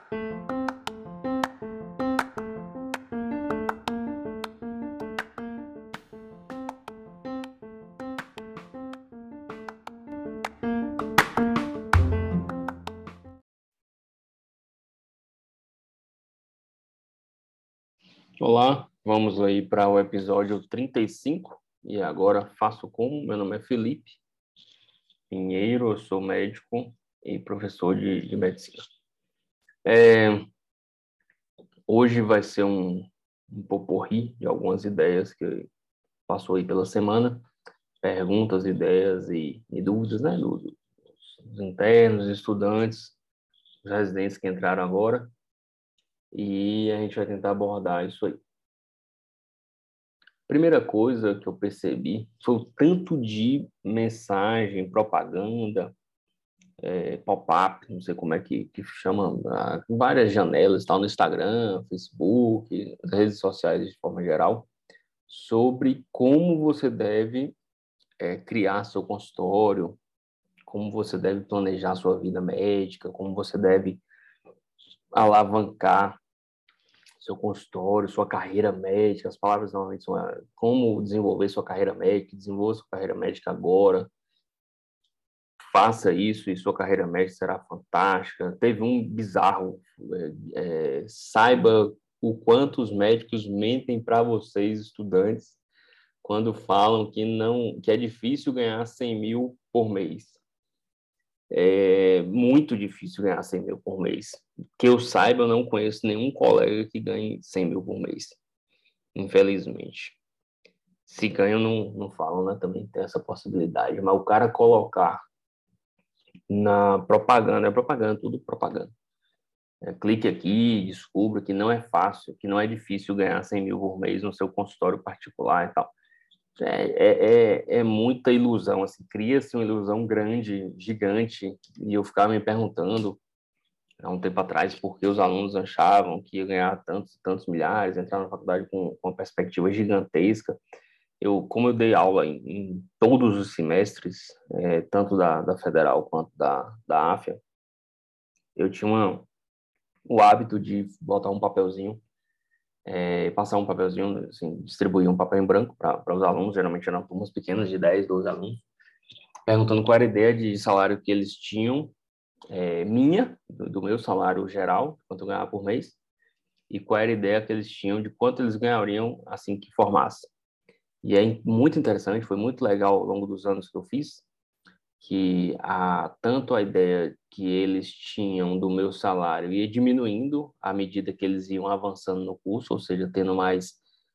Olá, vamos aí para o episódio 35 e agora faço como? Meu nome é Felipe Pinheiro, eu sou médico e professor de medicina. Hoje vai ser um poporri de algumas ideias que passou aí pela semana, perguntas, ideias e dúvidas, né, dos internos, estudantes, os residentes que entraram agora, e a gente vai tentar abordar isso aí. Primeira coisa que eu percebi foi o tanto de mensagem, propaganda, pop-up, não sei como é que chama, várias janelas, tal, no Instagram, Facebook, as redes sociais de forma geral, sobre como você deve criar seu consultório, como você deve planejar sua vida médica, como você deve alavancar seu consultório, sua carreira médica. As palavras normalmente são como desenvolver sua carreira médica, desenvolva sua carreira médica agora, faça isso e sua carreira médica será fantástica. Teve um bizarro, saiba o quanto os médicos mentem para vocês, estudantes, quando falam que é difícil ganhar 100 mil por mês. É muito difícil ganhar 100 mil por mês. Que eu saiba, eu não conheço nenhum colega que ganhe 100 mil por mês, infelizmente. Se ganham, não falam, né? Também tem essa possibilidade. Mas o cara colocar na propaganda, é propaganda, tudo propaganda. Clique aqui, descubra que não é fácil, que não é difícil ganhar 100 mil por mês no seu consultório particular e tal. É muita ilusão, assim, cria-se uma ilusão grande, gigante, e eu ficava me perguntando, há um tempo atrás, por que os alunos achavam que ia ganhar tantos milhares, entrar na faculdade com uma perspectiva gigantesca. Como eu dei aula em todos os semestres, tanto da Federal quanto da AFIA, eu tinha o hábito de botar um papelzinho, passar um papelzinho, assim, distribuir um papel em branco para os alunos, geralmente eram turmas pequenas de 10, 12 alunos, perguntando qual era a ideia de salário que eles tinham, do meu salário geral, quanto eu ganhava por mês, e qual era a ideia que eles tinham de quanto eles ganhariam assim que formasse. E é muito interessante, foi muito legal ao longo dos anos que eu fiz, que tanto a ideia que eles tinham do meu salário ia diminuindo à medida que eles iam avançando no curso, ou seja, tendo mais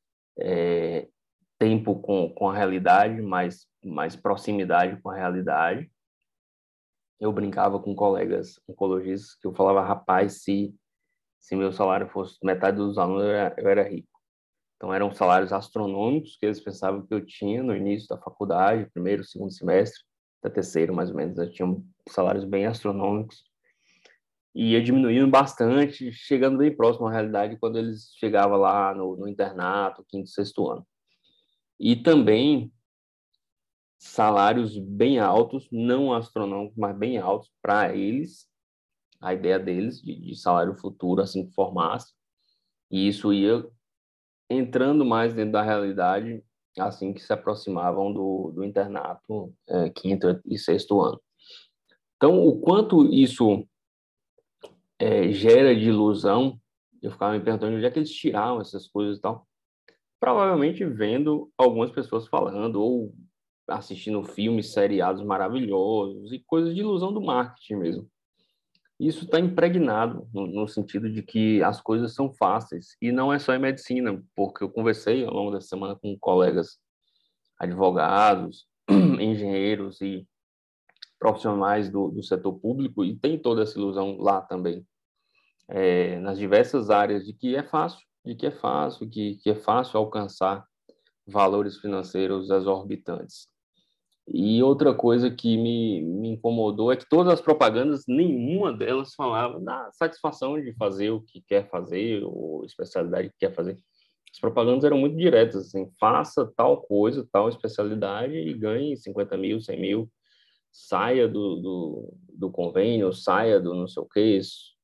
tempo com a realidade, mais proximidade com a realidade. Eu brincava com colegas oncologistas que eu falava, rapaz, se meu salário fosse metade dos alunos, eu era rico. Então, eram salários astronômicos que eles pensavam que eu tinha no início da faculdade, primeiro, segundo semestre, até terceiro, mais ou menos. Eu tinha salários bem astronômicos. E ia diminuindo bastante, chegando bem próximo à realidade quando eles chegavam lá no internato, quinto, sexto ano. E também salários bem altos, não astronômicos, mas bem altos para eles, a ideia deles de salário futuro, assim que formasse. E isso ia entrando mais dentro da realidade assim que se aproximavam do internato, quinto e sexto ano. Então, o quanto isso gera de ilusão, eu ficava me perguntando onde é que eles tiravam essas coisas e tal. Provavelmente vendo algumas pessoas falando ou assistindo filmes, seriados maravilhosos e coisas de ilusão do marketing mesmo. Isso está impregnado no sentido de que as coisas são fáceis. E não é só em medicina, porque eu conversei ao longo da semana com colegas advogados, engenheiros e profissionais do setor público, e tem toda essa ilusão lá também, nas diversas áreas de que é fácil, que é fácil alcançar valores financeiros exorbitantes. E outra coisa que me incomodou é que todas as propagandas, nenhuma delas falava da satisfação de fazer o que quer fazer, ou especialidade que quer fazer. As propagandas eram muito diretas, assim, faça tal coisa, tal especialidade e ganhe 50 mil, 100 mil, saia do convênio, saia do não sei o que,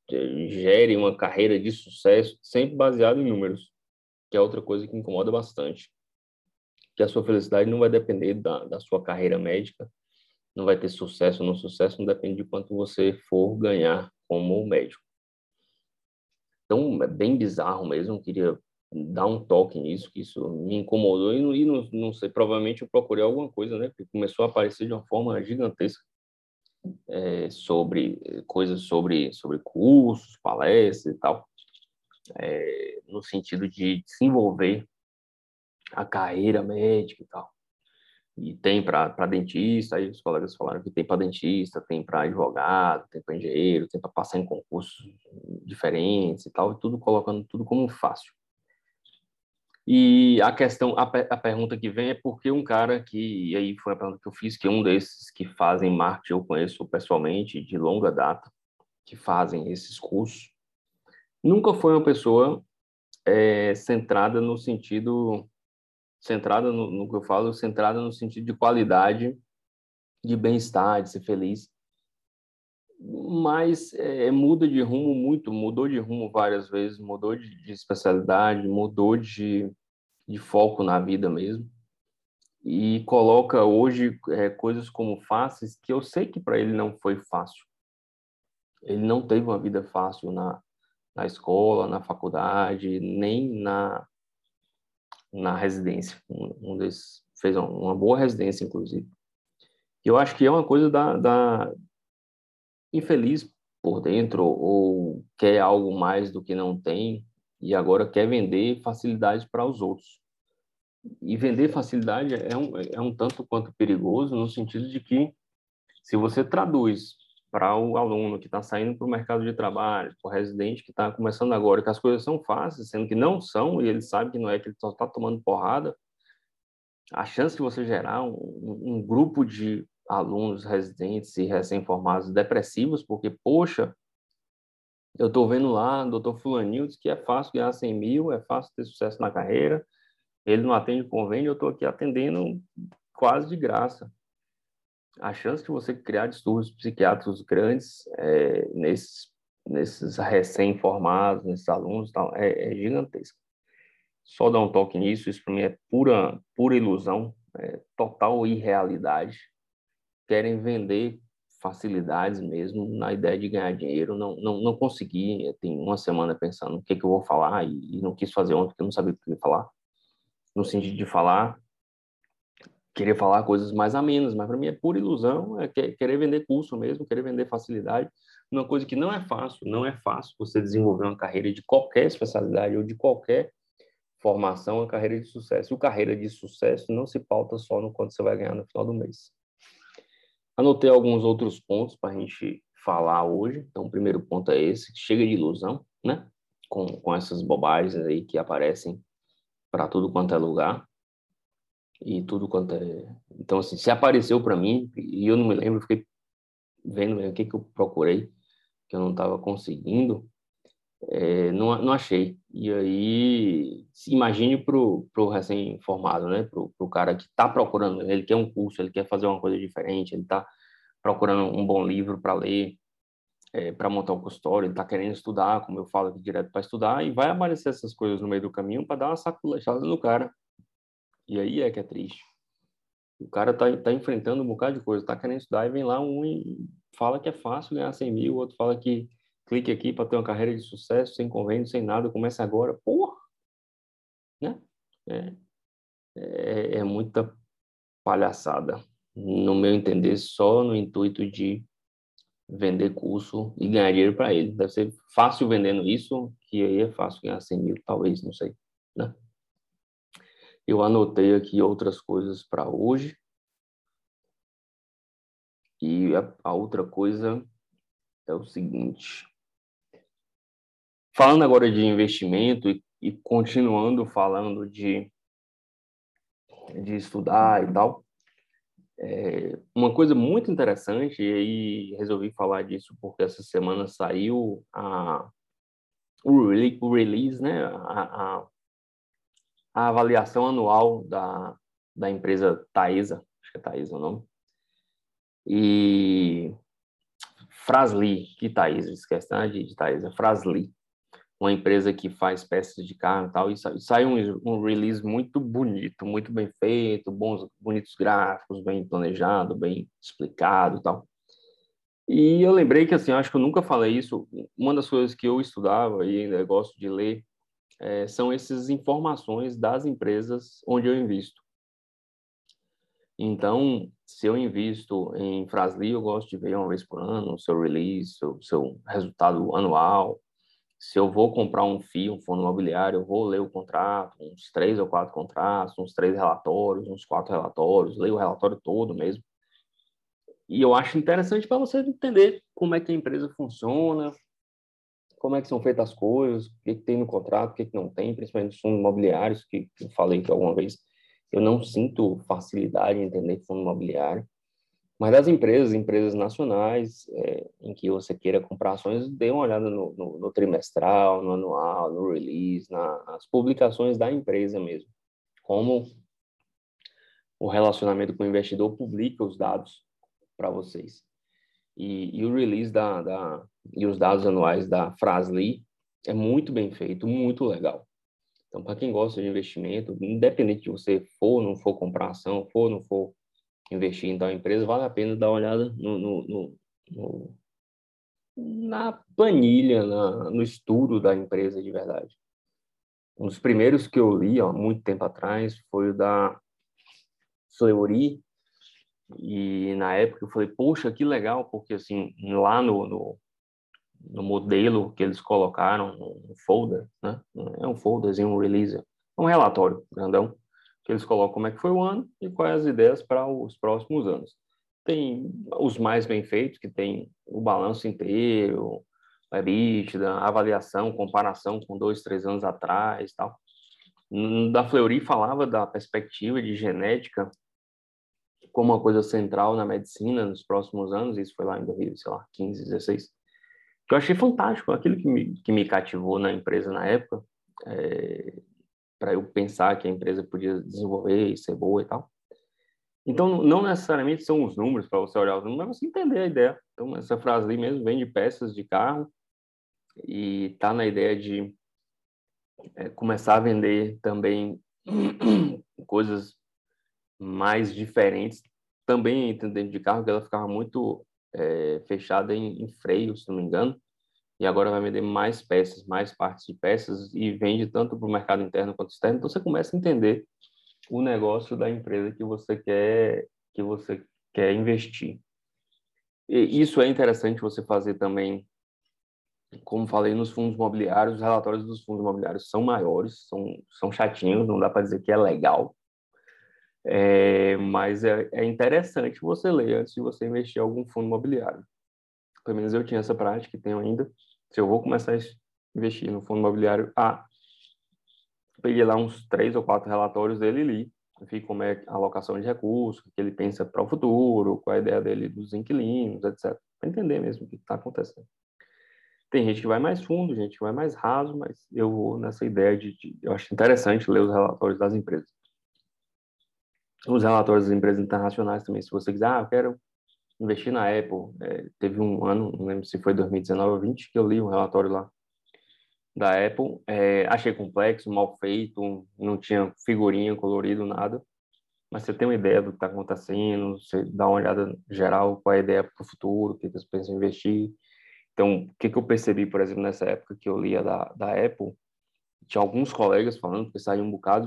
gere uma carreira de sucesso sempre baseada em números, que é outra coisa que incomoda bastante. Que a sua felicidade não vai depender da sua carreira médica, não vai ter sucesso ou não sucesso, não depende de quanto você for ganhar como médico. Então, é bem bizarro mesmo, eu queria dar um toque nisso, que isso me incomodou, e não sei, provavelmente eu procurei alguma coisa, né, porque começou a aparecer de uma forma gigantesca, sobre coisas sobre cursos, palestras e tal, no sentido de desenvolver a carreira médica e tal. E tem para dentista, aí os colegas falaram que tem para dentista, tem para advogado, tem para engenheiro, tem para passar em concursos diferentes e tal, e tudo colocando tudo como fácil. E a questão, a pergunta que vem é por que um cara que, e aí foi a pergunta que eu fiz, que um desses que fazem marketing eu conheço pessoalmente, de longa data, que fazem esses cursos, nunca foi uma pessoa centrada no sentido, centrada no que eu falo, centrada no sentido de qualidade, de bem-estar, de ser feliz, mas muda de rumo muito, mudou de rumo várias vezes, mudou de especialidade, mudou de foco na vida mesmo, e coloca hoje coisas como fáceis, que eu sei que para ele não foi fácil. Ele não teve uma vida fácil na escola, na faculdade, nem na residência. Um desses fez uma boa residência, inclusive. Eu acho que é uma coisa da infeliz por dentro, ou quer algo mais do que não tem, e agora quer vender facilidades para os outros. E vender facilidade é um tanto quanto perigoso, no sentido de que, se você traduz para o aluno que está saindo para o mercado de trabalho, para o residente que está começando agora, que as coisas são fáceis, sendo que não são, e ele sabe que não é, que ele só está tomando porrada, a chance de você gerar um grupo de alunos residentes e recém-formados depressivos, porque, poxa, eu estou vendo lá, doutor Fulaninho diz que é fácil ganhar 100 mil, é fácil ter sucesso na carreira, ele não atende convênio, eu estou aqui atendendo quase de graça. A chance de você criar distúrbios psiquiátricos grandes nesses recém-formados, nesses alunos, tal, é gigantesca. Só dar um toque nisso, isso para mim é pura ilusão, total irrealidade. Querem vender facilidades mesmo na ideia de ganhar dinheiro. Não consegui, eu tenho uma semana pensando o que eu vou falar e não quis fazer ontem porque eu não sabia o que eu ia falar. No sentido de falar, queria falar coisas mais amenas, mas para mim é pura ilusão, querer vender curso mesmo, querer vender facilidade, uma coisa que não é fácil você desenvolver uma carreira de qualquer especialidade ou de qualquer formação, uma carreira de sucesso. E a carreira de sucesso não se pauta só no quanto você vai ganhar no final do mês. Anotei alguns outros pontos para a gente falar hoje. Então, o primeiro ponto é esse, chega de ilusão, né? Com essas bobagens aí que aparecem para tudo quanto é lugar e tudo quanto é... Então, assim, se apareceu para mim, e eu não me lembro, fiquei vendo o que eu procurei, que eu não estava conseguindo, não achei. E aí, se imagine pro recém-formado, né? Pro cara que está procurando, ele quer um curso, ele quer fazer uma coisa diferente, ele está procurando um bom livro para ler, para montar um consultório, ele está querendo estudar, como eu falo aqui, direto para estudar, e vai aparecer essas coisas no meio do caminho para dar uma saculejada no cara. E aí é que é triste. O cara tá enfrentando um bocado de coisa, tá querendo estudar, e vem lá um e fala que é fácil ganhar 100 mil, o outro fala que clique aqui para ter uma carreira de sucesso, sem convênio, sem nada, começa agora. Porra! Né? É, é muita palhaçada. No meu entender, só no intuito de vender curso e ganhar dinheiro para ele. Deve ser fácil vendendo isso, que aí é fácil ganhar 100 mil, talvez, não sei. Né? Eu anotei aqui outras coisas para hoje. E a outra coisa é o seguinte. Falando agora de investimento e continuando falando de estudar e tal, uma coisa muito interessante, e aí resolvi falar disso porque essa semana saiu o release, né? A avaliação anual da empresa Taesa, acho que é Taesa o nome, e Fras-le, que Thaís, esquece, né, de Thaís, é Fras-le, uma empresa que faz peças de carro e tal, e sai um release muito bonito, muito bem feito, bonitos gráficos, bem planejado, bem explicado e tal. E eu lembrei que, assim, acho que eu nunca falei isso, uma das coisas que eu estudava e ainda gosto de ler são essas informações das empresas onde eu invisto. Então, se eu invisto em Fras-le, eu gosto de ver uma vez por ano o seu release, seu resultado anual. Se eu vou comprar um FII, um fundo imobiliário, eu vou ler o contrato, uns 3 ou 4 contratos, uns 3 relatórios, uns 4 relatórios, leio o relatório todo mesmo. E eu acho interessante para você entender como é que a empresa funciona, como é que são feitas as coisas, o que tem no contrato, o que não tem, principalmente os fundos imobiliários, que eu falei que alguma vez eu não sinto facilidade em entender fundo imobiliário. Mas das empresas nacionais, em que você queira comprar ações, dê uma olhada no trimestral, no anual, no release, nas publicações da empresa mesmo. Como o relacionamento com o investidor publica os dados para vocês. E o release e os dados anuais da Fras-le é muito bem feito, muito legal. Então, para quem gosta de investimento, independente de você for ou não for comprar ação, for ou não for investir em tal empresa, vale a pena dar uma olhada na planilha, no estudo da empresa de verdade. Um dos primeiros que eu li, há muito tempo atrás, foi o da Fleury, e na época eu falei, poxa, que legal, porque assim, lá no modelo que eles colocaram, no folder, né? É um folderzinho, um release, é um relatório grandão, que eles colocam como é que foi o ano e quais as ideias para os próximos anos. Tem os mais bem feitos, que tem o balanço inteiro, a EBITDA, a avaliação, comparação com 2, 3 anos atrás, tal. Da Fleury falava da perspectiva de genética como uma coisa central na medicina nos próximos anos, isso foi lá em 2015, 16, que eu achei fantástico, aquilo que me cativou na empresa na época, para eu pensar que a empresa podia desenvolver e ser boa e tal. Então, não necessariamente são os números, para você olhar os números, mas você entender a ideia. Então, essa frase ali mesmo vem de peças de carro e está na ideia de começar a vender também coisas mais diferentes, também dentro de carro, que ela ficava muito fechada em freio, se não me engano, e agora vai vender mais peças, mais partes de peças, e vende tanto para o mercado interno quanto externo. Então, você começa a entender o negócio da empresa que você quer investir. E isso é interessante você fazer também, como falei, nos fundos imobiliários. Os relatórios dos fundos imobiliários são maiores, são chatinhos, não dá para dizer que é legal, mas é interessante você ler antes de você investir em algum fundo imobiliário. Pelo menos eu tinha essa prática e tenho ainda. Se eu vou começar a investir no fundo imobiliário A, peguei lá uns 3 ou 4 relatórios dele e li. Enfim, como é a alocação de recursos, o que ele pensa para o futuro, qual é a ideia dele dos inquilinos, etc. Para entender mesmo o que está acontecendo. Tem gente que vai mais fundo, gente que vai mais raso, mas eu vou nessa ideia eu acho interessante ler os relatórios das empresas. Os relatórios das empresas internacionais também, se você quiser, eu quero investir na Apple. Teve um ano, não lembro se foi 2019 ou 20, que eu li um relatório lá da Apple. Achei complexo, mal feito, não tinha figurinha, colorido, nada. Mas você tem uma ideia do que está acontecendo, você dá uma olhada geral, qual é a ideia para o futuro, o que eles pensam em investir. Então, o que eu percebi, por exemplo, nessa época que eu lia da Apple, tinha alguns colegas falando, porque saiu um bocado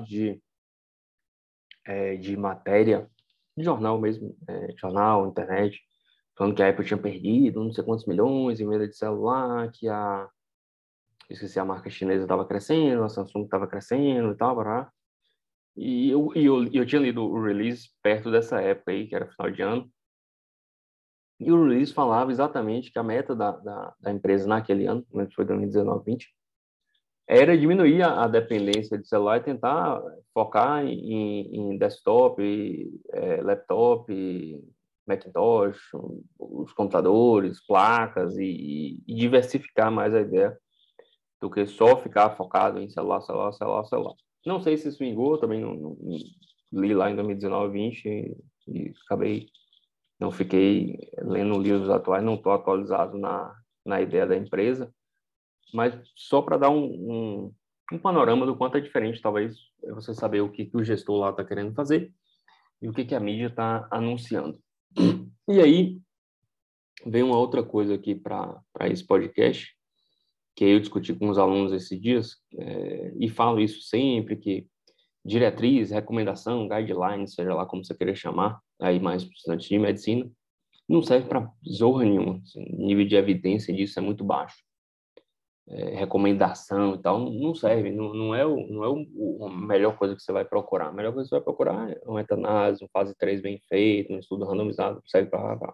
de matéria, de jornal mesmo, jornal, internet, falando que a Apple tinha perdido não sei quantos milhões em venda de celular, esqueci, a marca chinesa estava crescendo, a Samsung estava crescendo e tal, bará. E eu tinha lido o release perto dessa época aí, que era final de ano, e o release falava exatamente que a meta da empresa naquele ano, né, que foi 2019, 20, era diminuir a dependência de celular e tentar focar em desktop, laptop, Macintosh, os computadores, placas e diversificar mais a ideia do que só ficar focado em celular, celular, celular, celular. Não sei se isso vingou, também não li lá em 2019, 20 e acabei não fiquei lendo livros atuais, não estou atualizado na ideia da empresa, mas só para dar um panorama do quanto é diferente, talvez, você saber o que o gestor lá está querendo fazer e o que a mídia está anunciando. E aí, vem uma outra coisa aqui para esse podcast, que eu discuti com os alunos esses dias, e falo isso sempre, que diretriz, recomendação, guideline, seja lá como você querer chamar, aí mais para estudantes de medicina, não serve para zorra nenhuma. Assim, o nível de evidência disso é muito baixo. Recomendação e tal, não serve, não é a melhor coisa que você vai procurar. A melhor coisa que você vai procurar é uma meta-análise, um fase 3 bem feito, um estudo randomizado, serve para.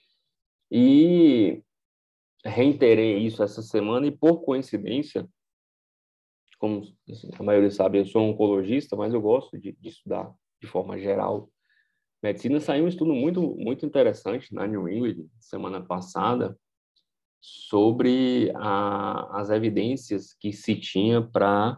E reiterei isso essa semana e, por coincidência, como assim, a maioria sabe, eu sou oncologista, mas eu gosto de estudar de forma geral medicina. Saiu um estudo muito interessante na New England, semana passada, sobre as evidências que se tinha para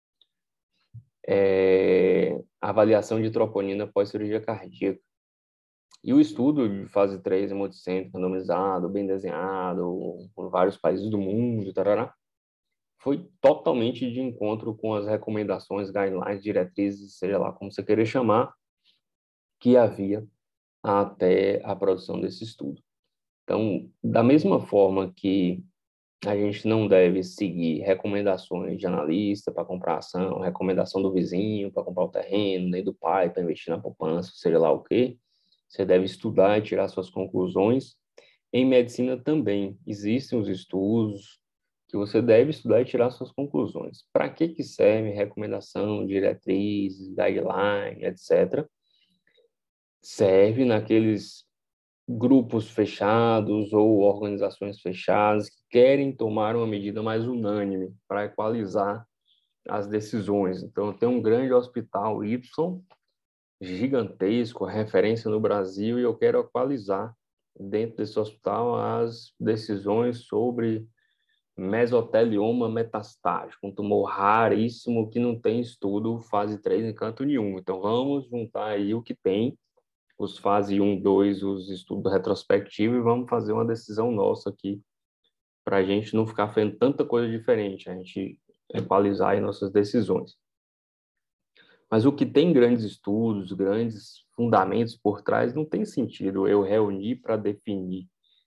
avaliação de troponina pós-cirurgia cardíaca. E o estudo de fase 3, multicêntrico, randomizado, bem desenhado, por vários países do mundo, tarará, foi totalmente de encontro com as recomendações, guidelines, diretrizes, seja lá como você querer chamar, que havia até a produção desse estudo. Então, da mesma forma que a gente não deve seguir recomendações de analista para comprar ação, recomendação do vizinho para comprar o terreno, nem do pai para investir na poupança, seja lá o quê, você deve estudar e tirar suas conclusões. Em medicina também existem os estudos que você deve estudar e tirar suas conclusões. Para que serve recomendação, diretriz, guideline, etc. Serve naqueles grupos fechados ou organizações fechadas que querem tomar uma medida mais unânime para equalizar as decisões. Então, tem um grande hospital Y, gigantesco, referência no Brasil, e eu quero equalizar dentro desse hospital as decisões sobre mesotelioma metastático, um tumor raríssimo que não tem estudo fase 3 em canto nenhum. Então, vamos juntar aí o que tem, os fase 1, 2, os estudos retrospectivos, e vamos fazer uma decisão nossa aqui, para a gente não ficar fazendo tanta coisa diferente, a gente equalizar aí nossas decisões. Mas o que tem grandes estudos, grandes fundamentos por trás, não tem sentido eu reunir para definir.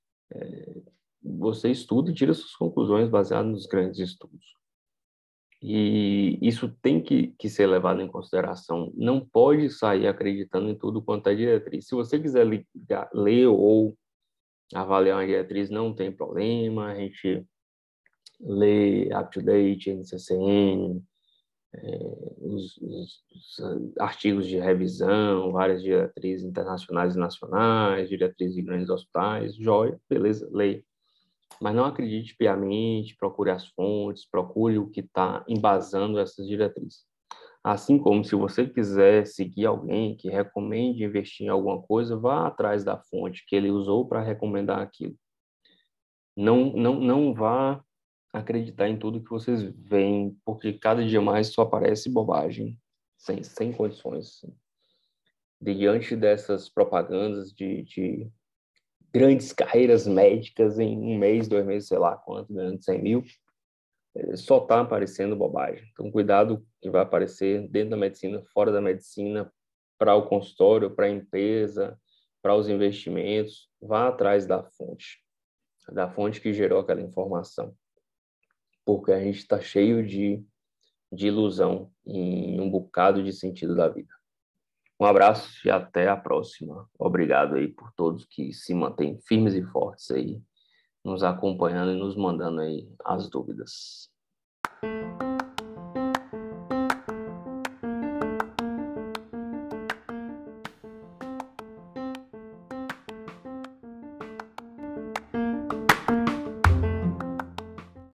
Você estuda e tira suas conclusões baseadas nos grandes estudos. E isso tem que ser levado em consideração. Não pode sair acreditando em tudo quanto é diretriz. Se você quiser ler ou avaliar uma diretriz, não tem problema. A gente lê UpToDate, NCCN, os artigos de revisão, várias diretrizes internacionais e nacionais, diretrizes de grandes hospitais, joia, beleza, leia. Mas não acredite piamente, procure as fontes, procure o que está embasando essas diretrizes. Assim como, se você quiser seguir alguém que recomende investir em alguma coisa, vá atrás da fonte que ele usou para recomendar aquilo. Não vá acreditar em tudo que vocês veem, porque cada dia mais só aparece bobagem, sem condições. Diante dessas propagandas de grandes carreiras médicas em um mês, 2 meses, sei lá quanto, ganhando 100 mil, só está aparecendo bobagem. Então, cuidado que vai aparecer dentro da medicina, fora da medicina, para o consultório, para a empresa, para os investimentos. Vá atrás da fonte que gerou aquela informação. Porque a gente está cheio de ilusão em um bocado de sentido da vida. Um abraço e até a próxima. Obrigado aí por todos que se mantêm firmes e fortes aí, nos acompanhando e nos mandando aí as dúvidas.